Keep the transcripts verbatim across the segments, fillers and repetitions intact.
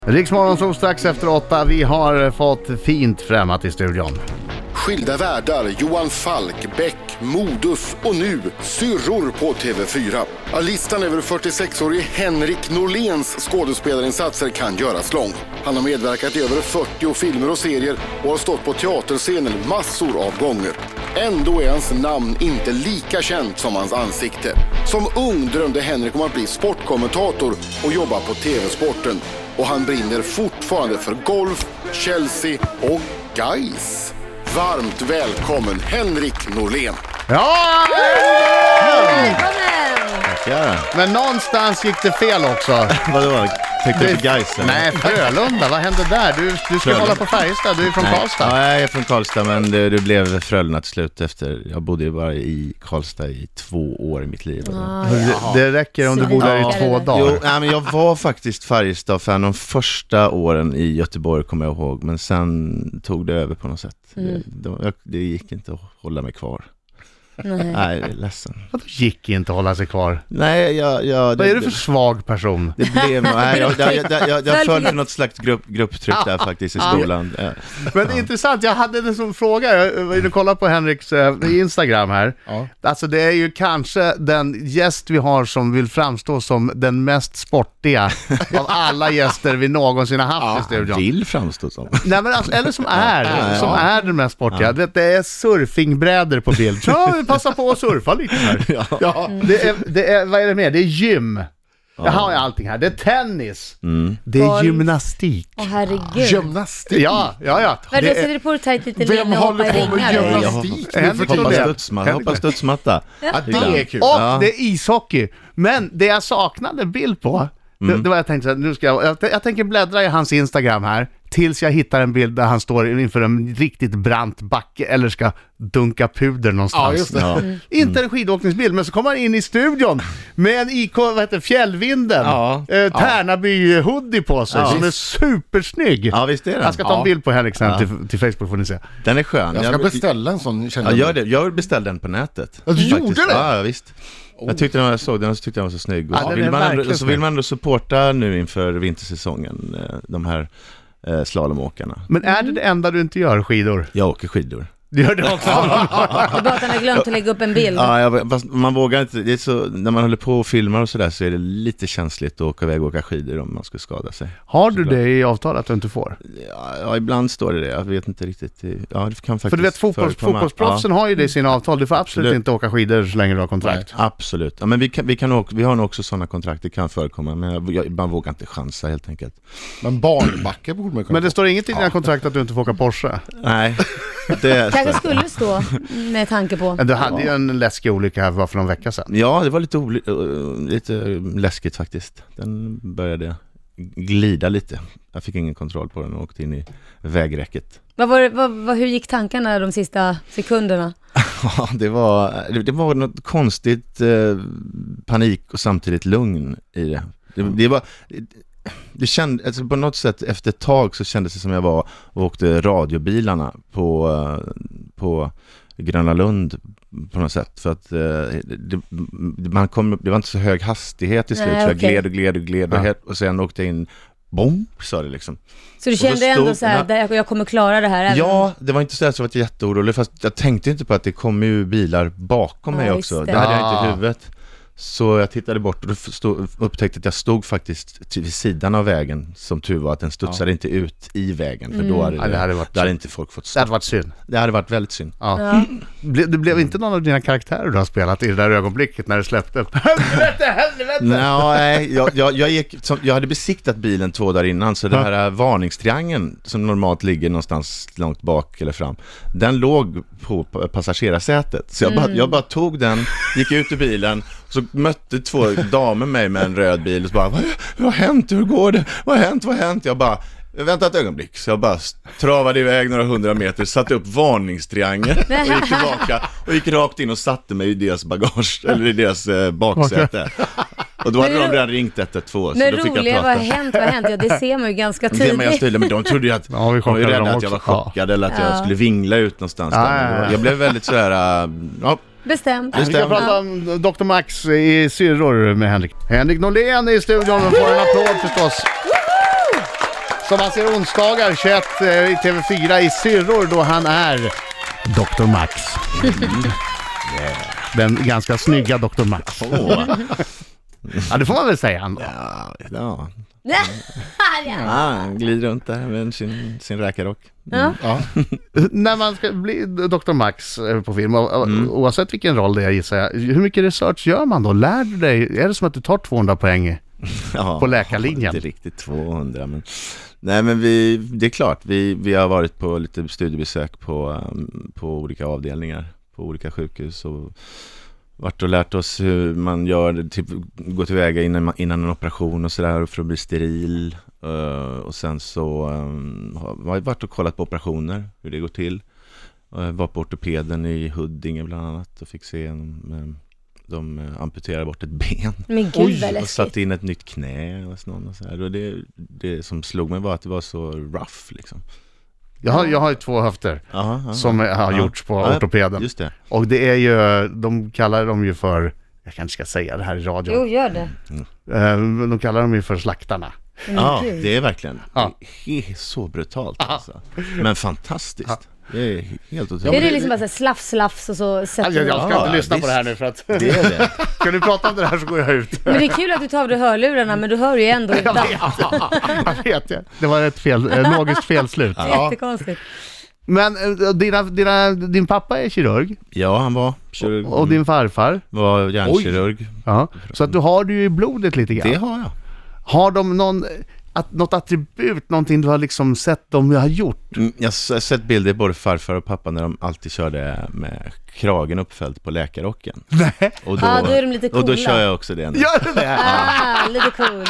Riksmorgon så strax efter åtta. Vi har fått fint främmat i studion. Skilda världar, Johan Falk, Beck, Modus och nu Syrror på T V fyra. Ja, listan över fyrtiosex-årige Henrik Norléns skådespelarinsatser kan göras lång. Han har medverkat i över fyrtio filmer och serier och har stått på teaterscenen massor av gånger. Ändå är hans namn inte lika känt som hans ansikte. Som ung drömde Henrik om att bli sportkommentator och jobba på T V-sporten. Och han brinner fortfarande för golf, Chelsea och Gais. Varmt välkommen Henrik Norlén. Ja! Välkommen! Tackar. Men någonstans gick det fel också. Vadå? Tänkte du på Gais? Nej, Frölunda. Vad hände där? Du, du ska Frölunda. hålla på Färjestad. Du är från Nej. Karlstad. Ja, jag är från Karlstad, men det, det blev Frölunda till slut efter. Jag bodde ju bara i Karlstad i två år i mitt liv. Ah, det, det räcker om du bor där i två dagar. Jo, nej, men jag var faktiskt Färjestad-fan de första åren i Göteborg, kommer jag ihåg. Men sen tog det över på något sätt. Mm. Det, det, det gick inte att hålla mig kvar. Nej. Nej, jag är ledsen. Vadå gick inte att hålla sig kvar? Nej, jag... jag Vad är du för svag person? Det blev nog... Nej, jag, jag, jag, jag, jag följde något slags grupp, grupptryck där faktiskt i skolan. Ja. Men det är intressant, jag hade en sån fråga. Jag var inne och kollade på Henriks eh, Instagram här. Ja. Alltså det är ju kanske den gäst vi har som vill framstå som den mest sportiga av alla gäster vi någonsin har haft i studion. Vill framstå som. Nej, men alltså, eller som är, Ja, som ja. är den mest sportiga. Ja. Det, det är surfingbrädor på bild. Så vi passar på att surfa lite här. Ja. Ja, det är, det är, vad är det mer? Det är gym. Jag har ju allting här. Det är tennis. Mm. Det är Golf. gymnastik. Åh herregud. Gymnastik. Ja, ja, ja. Vad Det då är- sätter du på dig tajt lite Vem linne och håller hoppa i på med ringar? gymnastik? eller? Gymnastik. Ja. Henrik Hoppas Norlén. studsmatta, hoppas studsmatta. Ja, det är kul. Och Ja. det är ishockey. Men det jag saknade en bild på, det, det var jag tänkte så här, nu ska jag, jag, jag tänker bläddra i hans Instagram här tills jag hittar en bild där han står inför en riktigt brant backe eller ska dunka puder någonstans. Ja, just det. Ja. Inte en skidåkningsbild, men så kommer han in i studion med en I K, vad heter det, Fjällvinden, Ja. eh, Tärnaby hoodie på sig, Ja. som är supersnygg. Ja, visst är Jag den. ska ta en Ja. bild på Henrik sen Ja. till, till Facebook, får ni se. Den är skön. Jag ska beställa en sån, känner Ja, jag. gör det. Jag beställde den på nätet. Ja, du Faktiskt. gjorde det? Ja, ja, visst. Jag tyckte när jag såg den så tyckte jag den var så snygg. Och Ja, så, den vill är man ändå, verkligen så vill snygg. man ändå supporta nu inför vintersäsongen, eh, de här eh, slalomåkarna. Men är det det enda du inte gör, skidor? Jag åker skidor. Du gör det också? Det är bara att han har glömt att lägga upp en bild. Ja, jag, fast man vågar inte. Det är så, när man håller på och filmar och sådär så är det lite känsligt att åka iväg och åka skidor om man skulle skada sig. Har du det i avtalet att du inte får? Ja, ja, ibland står det det. Jag vet inte riktigt. Ja, det kan faktiskt För du vet, fotbolls, förekomma. fotbollsproffsen har ju det i sina avtal. Du får absolut Absolut. inte åka skidor så länge du har kontrakt. Ja, absolut. Ja, men vi, kan, vi, kan åka, vi har nog också sådana kontrakt, det kan förekomma. Men jag, jag, man vågar inte chansa helt enkelt. Men barnbacke borde man kunna Men det få. står inget i dina kontrakt att du inte får åka Porsche. Nej, det Kanske skulle stå med tanke på. Men du hade ju en läskig olycka här bara för någon vecka sedan. Ja, det var lite, oli- uh, lite läskigt faktiskt. Den började glida lite. Jag fick ingen kontroll på den och åkte in i vägräcket. Vad var, det- vad, vad, hur gick tankarna de sista sekunderna? Ja, det var, det, det var något konstigt eh, panik och samtidigt lugn i det. Det, det var... Det, det kände, alltså på något sätt efter ett tag så kändes det som jag var och åkte radiobilarna på, eh, på Gröna Lund på något sätt, för att eh, det, man kom, det var inte så hög hastighet i slut. Nej, så jag okej. gled och gled och gled Ja. och, helt, och sen åkte jag in, bom, sa det liksom. Så du så kände ändå stod- så här, ja. där jag, jag kommer klara det här även. Ja, det var inte så att jag var jätteorolig, fast jag tänkte inte på att det kom ju bilar bakom Ja, mig just också. det. Det hade jag Ah. inte i huvudet. Så jag tittade bort och då stod, upptäckte att jag stod faktiskt till vid sidan av vägen, som tur var att den studsade inte ut i vägen, för då hade, Ja, det hade varit då hade inte folk fått Det stå. hade varit synd. Det hade varit väldigt synd. Ja. Ja. Ble, det blev inte någon av dina karaktärer du har spelat i det där ögonblicket när det släppte upp? Helvete, helvete! Nej, jag, jag, jag, gick, som, jag hade besiktat bilen två dagar innan, så den här varningstriangeln som normalt ligger någonstans långt bak eller fram, den låg på passagerarsätet. Så jag, bara, jag bara tog den, gick ut ur bilen, så mötte två damer mig med en röd bil och så bara, vad, vad har hänt? Hur går det? Vad har hänt? Vad har hänt? Jag bara, vänta ett ögonblick. Så jag bara travade iväg några hundra meter, satte upp varningstriangeln och gick tillbaka och gick rakt in och satte mig i deras bagage, eller i deras eh, baksäte. Och då hade Men de ro- redan ringt ett ett två, så Men då fick jag roliga, vad prata. har hänt, vad har hänt? Ja, det ser man ju ganska Det men jag tidigt. styrde, men de trodde ju att Ja, vi de var ju chockade rädda dem att jag var också. chockad eller att jag Ja. skulle vingla ut någonstans. Ja, där. ja, ja. Jag blev väldigt sådär, äh, ja, Bestämt. Vi ska Bestämt. prata om doktor Max i Syrror med Henrik. Henrik Norlén i studion och får en applåd förstås. som man ser onsdagar tjugoett i T V fyra i Syrror då han är doktor Max. Mm. Yeah. Den ganska snygga doktor Max. Oh. Ja, det får man väl säga ändå. Ja, ja. Ja. Ja, han glider runt där med sin, sin räkarock. Ja. Ja. När man ska bli doktor Max på film, mm. oavsett vilken roll det är, gissar jag, hur mycket research gör man då? Lär du dig? Är det som att du tar tvåhundra poäng ja, på läkarlinjen? Inte riktigt tvåhundra, men nej, men vi, det är klart, vi, vi har varit på lite studiebesök på, på olika avdelningar, på olika sjukhus och varit och lärt oss hur man gör, typ gå tillväga innan, innan en operation och sådär för att bli steril. Uh, och sen så um, har vi varit och kollat på operationer, hur det går till. Uh, var på ortopeden i Huddinge bland annat och fick se en, um, de uh, amputerade bort ett ben. Men gud, vad läskigt. Och satte in ett nytt knä och sånt och så här. Och det, det som slog mig var att det var så rough liksom. Jag har, jag har ju två höfter aha, aha. som har ja. gjorts på ja, ortopeden. Just det. Och det är ju, de kallar dem ju för, jag kanske ska säga det här i radion. Jo, gör det. Mm. De kallar dem ju för slaktarna. Mm, ja, gud. det är verkligen ja. det är så brutalt alltså. Men fantastiskt. Ja. Det är helt otroligt. Är det liksom bara så här slafs, slafs och så sätter alltså, jag ska ja, inte lyssna visst. på det här nu för att det är det. kan du prata om det här så går jag ut. Men det är kul att du tar av dig hörlurarna, men du hör ju ändå jag ibland. vet, jag vet det. Det var ett fel, ett logiskt felslut. Ja. Jättekonstigt. Men dina, dina, din pappa är kirurg. Ja, han var kirurg. Och din farfar var hjärnkirurg. Ja. Så att du har det ju i blodet lite grann. Det har jag. Har de någon, att, något attribut, någonting du har liksom sett dem har gjort? Mm, jag har sett bilder både farfar och pappa när de alltid körde med kragen uppfälld på läkarrocken. Nej. Och då, ah, då är de lite coola. Och då kör jag också det nu. Gör du det? Ah, lite cool.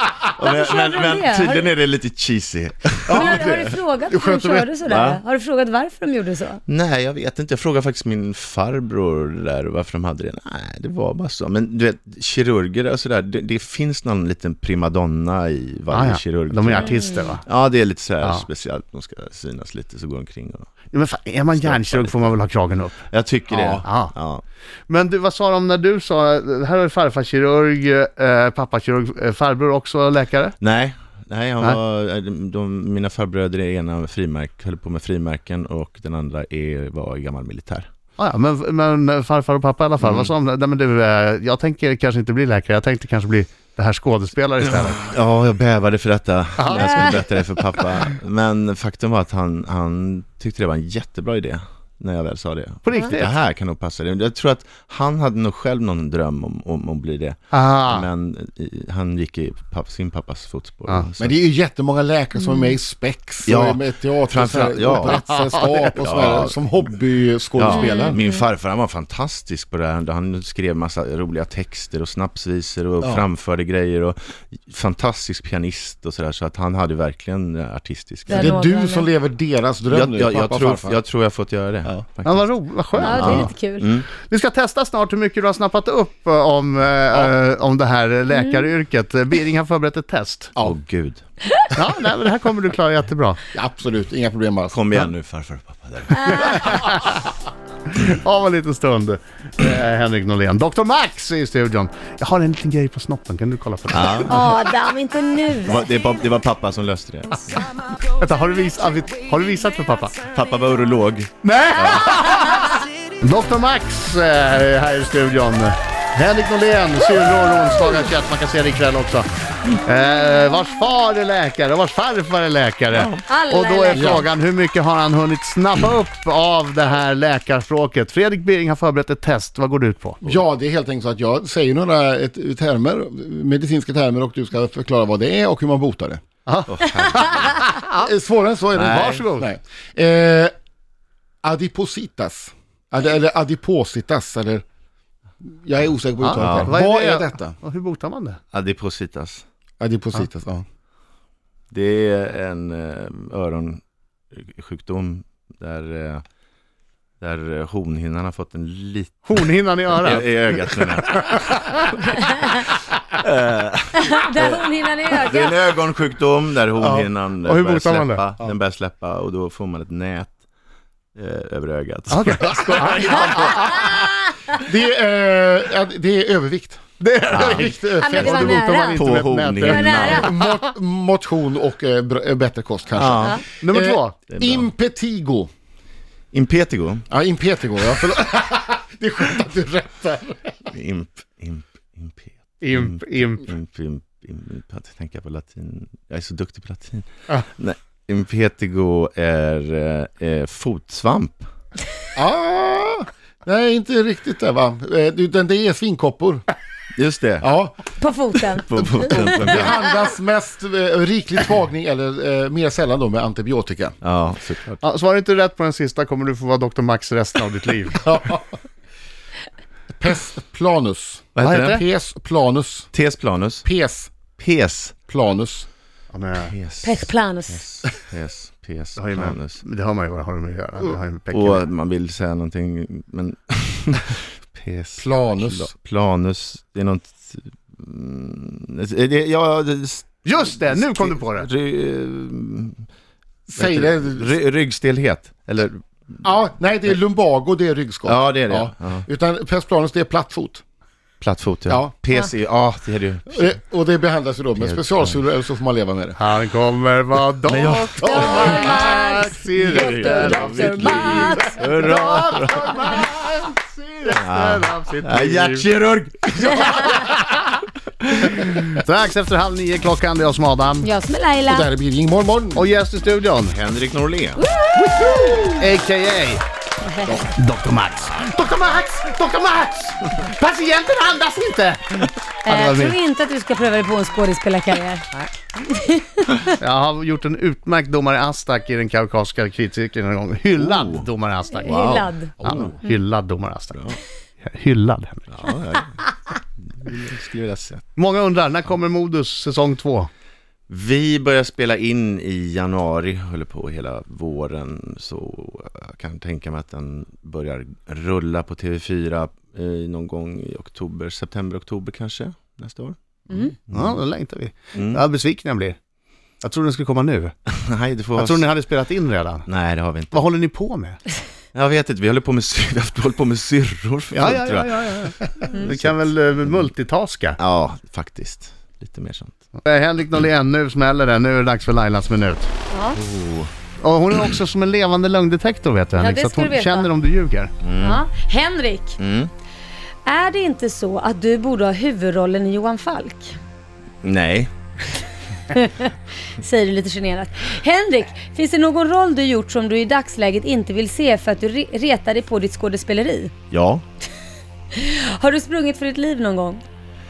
men men, men det? tydligen är det lite cheesy. Men har, har du frågat varför de körde sådär? Va? Har du frågat varför de gjorde så? Nej, jag vet inte. Jag frågade faktiskt min farbror där varför de hade det. Nej, det var bara så. Men du vet, kirurger och sådär, det, det finns någon liten primadonna i varje ah, ja. kirurg. De är artister, va? Ja, det är lite så här ja. speciellt. De ska synas lite så går omkring och... Ja, men fan, är man hjärnkirurg får man väl ha kragen upp? Jag tycker det. Ja. Ja. Men du, vad sa de när du sa, här är farfar kirurg, eh, pappa kirurg, eh, farbror också läkare? Nej, nej, han Nej. var, de, mina farbröder är ena frimärk, höll på med frimärken och den andra är, var gammal militär. Ah, ja, men, men farfar och pappa i alla fall, mm. vad sa de? Nej, men du, eh, jag tänker kanske inte bli läkare, jag tänkte kanske bli det här skådespelare istället. Ja, jag bävade för detta. Aha. Jag skulle berätta det för pappa. Men faktum var att han, han tyckte det var en jättebra idé när jag väl sa det. På riktigt? Det här kan nog passa det. Jag tror att han hade nog själv någon dröm om, om att bli det. Aha. Men i, han gick i pappa, sin pappas fotspår. Ah. Men det är ju jättemånga läkare som är med i Spex och ja. är med i teater, ja. operettsällskap och sådär, ja. som hobbyskådespelare. Ja. Min farfar, han var fantastisk på det här. Han skrev massa roliga texter och snapsvisor och ja. framförde grejer och fantastisk pianist och sådär, så att han hade verkligen artistisk. Det är, det är du som lever deras dröm jag, nu, jag, pappa jag, tror, farfar. jag tror jag fått göra det. Ja, ja vad roligt, vad skönt. Ja, det är lite kul. Mm. Vi ska testa snart hur mycket du har snappat upp om, ja. äh, om det här läkaryrket. Mm. Biring har förberett ett test. Åh oh, gud. Ja, nej, men det här kommer du klara jättebra. Ja, absolut, inga problem alls. Kom igen nu, farfar och pappa. Där. Av en liten stund. Eh, Henrik Norlén. doktor Max i studion. Jag har en liten grej på snoppen, kan du kolla på det? Ja, ja damn, inte nu. Det var, det, var, det var pappa som löste det. Vänta, har du, vis, har du visat för pappa? Pappa var urolog. Nej! Ja. doktor Max eh, här i studion. Henrik Norlén, Syrror, onsdagar tjugoett, man kan se det ikväll också. Eh, vars far är läkare och vars farfar är läkare. Alla och då är läkare. frågan, hur mycket har han hunnit snappa upp av det här läkarspråket? Fredrik Biring har förberett ett test, vad går det ut på? Ja, det är helt enkelt så att jag säger några ett, ett termer, medicinska termer, och du ska förklara vad det är och hur man botar det. Oh, svårare än så är det. Nej. Varsågod. Nej. Eh, adipositas. Eller adipositas, eller... Jag är osäker på uttalet. Ja, vad, vad är, är det? detta? Och hur botar man det? Adipositas. Adipositas, ja. ja. Det är en eh, öronsjukdom där, eh, där hornhinnan har fått en liten... Hornhinnan i örat? I, i ögat. Där hornhinnan i ögat. Det är en ögonsjukdom där hornhinnan ja. börjar släppa. Ja. Den börjar släppa och då får man ett nät eh, över ögat. Okay. det, är, äh, det är övervikt. Det är Ja, riktigt, Ja, men det var då botar man nära. inte På med honingen. Det var nära. Mot, motion och eh, br- bättre kost kanske. Ja. Nummer Eh, två. Det är bra. Impetigo. Impetigo. Ja, impetigo. Ja, förlåt. Det är skönt att du rättar. Imp, imp, impet. Imp, imp. Imp, imp, imp. Jag tänker på latin. Jag är så duktig på latin. Ah. Nej, impetigo är eh, fotsvamp. Ah, nej, inte riktigt det va. Eh, Utan det är svinkoppor. Just det. Ja, På foten. På foten. behandlas mest eh, riklig tvagning eller eh, mer sällan då med antibiotika. Ja, såklart. Ja, svarar inte rätt på den sista kommer du få vara doktor Max resten av ditt liv. Pes planus. Vad heter Vad det? heter Pes planus. Tes planus. Pes Pes. planus. Ja, men, Pes. Pes planus. Pes. Pes. det, har ju med, Planus. det har man ju vad det har med att göra. Det har ju med pecken Och med. man vill säga någonting, men... Pes. Planus. Pla- Planus. Det är något... Mm, det, ja, det, Just det, nu kom du på det. Ry, Säg vet det. du, ry, ryggstelhet. Eller... Ja, nej det är lumbago, det är ryggskott. Ja, det är det. Ja. Ja. Utan pes planus det är plattfot. Plattfot, ja. Ja. P C, ja, det är det ju. Eh, Och det behandlas ju då med Helt specialsulor eller så får man leva med det. Han kommer vara doktor Max i resten av sitt liv. Max. Doktor Max i resten av sitt Ja, liv. hjärtkirurg! Strax efter halv nio klockan, det är jag som Adam. Jag som är Och Laila. där blir det ingen morgon. Och gäst i studion, Henrik Norlén. a k a. doktor Max. doktor Max! doktor Max! Patienten andas inte! Eh, Jag tror inte att du ska pröva dig på en skådespelarkarriär. Jag har gjort en utmärkt domare Astak i den kaukasiska kritiken en gång. Hyllad Oh. domare Astak. Hyllad. Ja, hyllad domare Astak. Hyllad, Henrik. Ja, ja. Det skulle jag vilja se. Många undrar, när kommer Modus säsong två? Vi börjar spela in i januari, håller på hela våren, så jag kan tänka mig att den börjar rulla på T V fyra eh, någon gång i oktober, september, oktober kanske nästa år. Mm. Ja, då längtar vi. Mm. Ja, besviken jag blir. Jag tror den skulle komma nu. Nej, det får Jag vara... tror ni hade spelat in redan. Nej, det har vi inte. Vad håller ni på med? Jag vet inte, vi håller på med, sy- vi har hållit på med syrror för Ja, fullt, ja, tror ja, jag. ja, ja. Du kan väl uh, multitaska. Ja, faktiskt. Lite mer sånt. Eh, Henrik Norlén, nu smäller det. Nu är det dags för Lailas minut. Ja. Oh. Och hon är också som en levande lögndetektor, vet du, Henrik. det så att ska hon du veta. känner om du ljuger. Ja. Henrik, Mm. är det inte så att du borde ha huvudrollen i Johan Falk? Nej. Säger du lite generat. Henrik, finns det någon roll du gjort som du i dagsläget inte vill se för att du re- retar dig på ditt skådespeleri? Ja. Har du sprungit för ditt liv någon gång?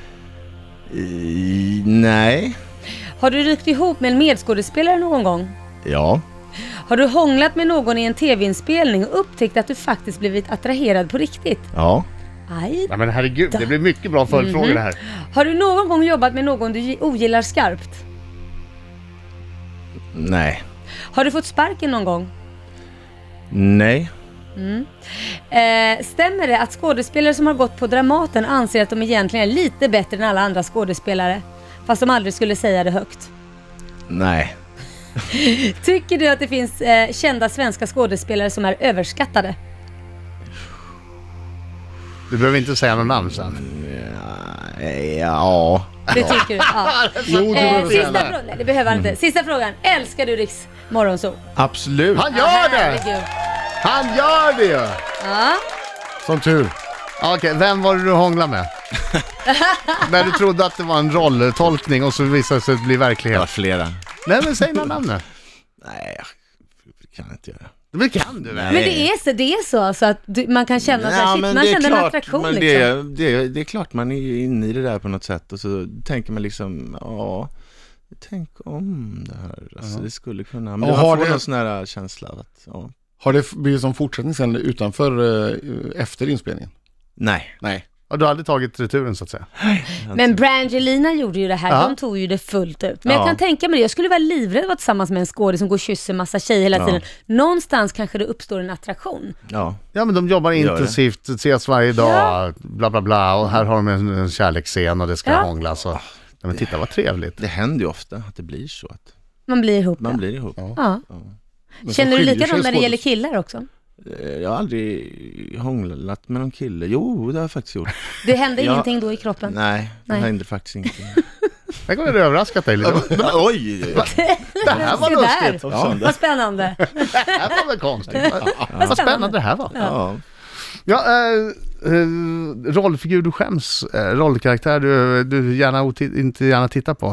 I, nej. Har du ryckt ihop med en medskådespelare någon gång? Ja. Har du hånglat med någon i en tv-inspelning och upptäckt att du faktiskt blivit attraherad på riktigt? Ja. Aj. Ja, men herregud, det blir mycket bra följdfrågor Mhm. det här. Har du någon gång jobbat med någon du gi- ogillar skarpt? Nej. Har du fått sparken någon gång? Nej. Eh, stämmer det att skådespelare som har gått på Dramaten anser att de egentligen är lite bättre än alla andra skådespelare? Fast de aldrig skulle säga det högt. Nej. Tycker du att det finns eh, kända svenska skådespelare som är överskattade? Du behöver inte säga någon namn sen. Ja. Det tycker du? Ja. Jo, du Eh, behöver säga sista det. frågan, nej det behöver han inte. Sista frågan, älskar du Riks Morgonzoo? Absolut. Han gör det! Herregud. Han gör det ju! Ja. Som tur. Okej, vem var det du hånglade med? När du trodde att det var en rolltolkning och så visade det sig bli Det var verklighet. flera. Nej, men säg någon namn nu. Nej, jag kan inte göra. Det kan du väl? Men det är så, det är så, så att du, man kan känna så här, shit, man känner en attraktion men liksom. det, det, det är klart man är inne i det där på något sätt och så tänker man liksom, ja, tänk om det här, alltså, det skulle kunna, men Och du har har får det- någon sån här känsla av att, ja, Har det blivit som fortsättning sen utanför eh, efter inspelningen? nej. Nej. Och du har aldrig tagit returen så att säga. Men Brangelina gjorde ju det här, Ja. de tog ju det fullt ut. Men jag Ja. kan tänka mig det, jag skulle vara livrädd att vara tillsammans med en skådis som går och kysser massa tjejer hela Ja. tiden. Någonstans kanske det uppstår en attraktion. Ja, Ja, men de jobbar Gör det. intensivt, ses varje dag, bla bla bla. Och här har de en, en kärleksscen och det ska Ja. hånglas. Och, ja, men titta vad trevligt. det händer ju ofta att det blir så att Man blir ihop. man ja. blir ihop. Ja. Men så Känner du skiljer sig likadant när det skådis- gäller killar också? Jag har aldrig hånglat med någon kille. Jo, det har jag faktiskt gjort. Det hände Ja. ingenting då i kroppen? Nej, det Nej. hände faktiskt inte. Jag kommer att överraska dig lite. Oj! Det här var Se lustigt. där. Ja. Vad spännande. Det här var väl konstigt. Vad spännande det här var. Ja. Ja, äh, äh, rollfigur du skäms, äh, rollkaraktär du, du gärna oti- inte gärna tittar på.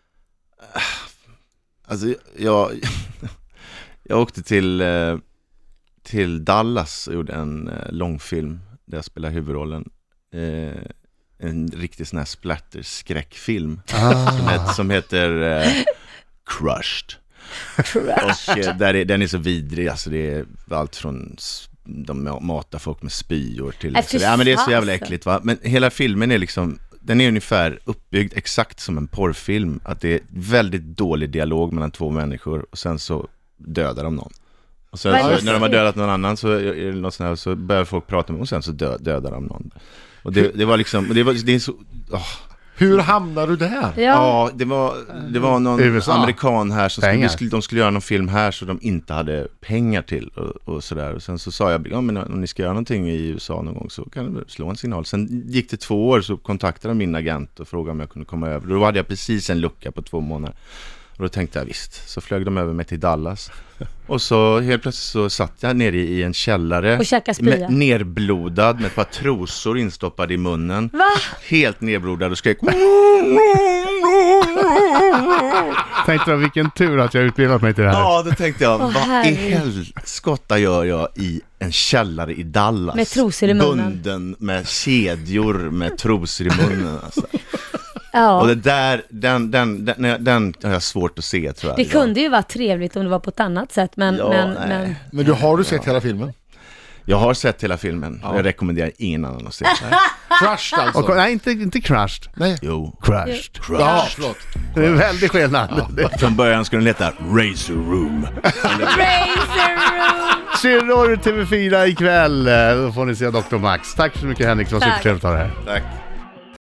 Alltså, jag, jag åkte till, eh, till Dallas och gjorde en eh, långfilm där jag spelar huvudrollen. Eh, en riktig sån här splatter-skräckfilm Ah. som, heter, som heter eh, Crushed. Och eh, där är, den är så vidrig, alltså det är allt från s- de matar folk med spyor till Äh, fy så, ja, men det är så jävla fasen. äckligt va. Men hela filmen är liksom, den är ungefär uppbyggd exakt som en porrfilm, att det är väldigt dålig dialog mellan två människor och sen så dödar de någon. Och sen Vad är så, det när de har för- dödat någon annan så, är det något sånt här, så börjar folk prata med och sen så dö, dödar de någon. Och det, det var liksom, det, var, det är så, åh. Hur hamnar du där? Ja. Ja, det var, det var någon U S A. amerikan här som Pengar. skulle, skulle, de skulle göra någon film här så de inte hade pengar till och, och sådär. Och sen så sa jag, ja, men om ni ska göra någonting i U S A någon gång så kan du slå en signal. Sen gick det två år så kontaktade min agent och frågade om jag kunde komma över. Då hade jag precis en lucka på två månader. Och då tänkte jag visst, så flög de över mig till Dallas. Och så helt plötsligt så satt jag nere i en källare Och käkade spya. med, nerblodad med ett par trosor instoppade i munnen. Va? Helt nerblodad och skrek. Tänkte du vilken tur att jag utbildat mig till det här. Ja, då tänkte jag, Åh, vad i herregud. helskotta gör jag i en källare i Dallas? Med trosor i munnen. Bunden med kedjor med trosor i munnen. Alltså. Ja. Och det där, den, den, den, den har jag svårt att se, tror jag. Det kunde ju vara trevligt om det var på ett annat sätt, men... Ja, men, nej. men Men du har du sett hela filmen? Jag har sett hela filmen. Jag rekommenderar ingen annan att se. Crushed alltså? Och, nej, inte, inte crushed. Nej. Jo. Crushed. Ja, förlåt. Det är en väldig skillnad. Det- Från början skulle den heta Razor Room. Razor Room! Syrror T V fyra ikväll. Då får ni se doktor Max. Tack så mycket Henrik, det var Tack. supertrevligt att ha det här. Tack.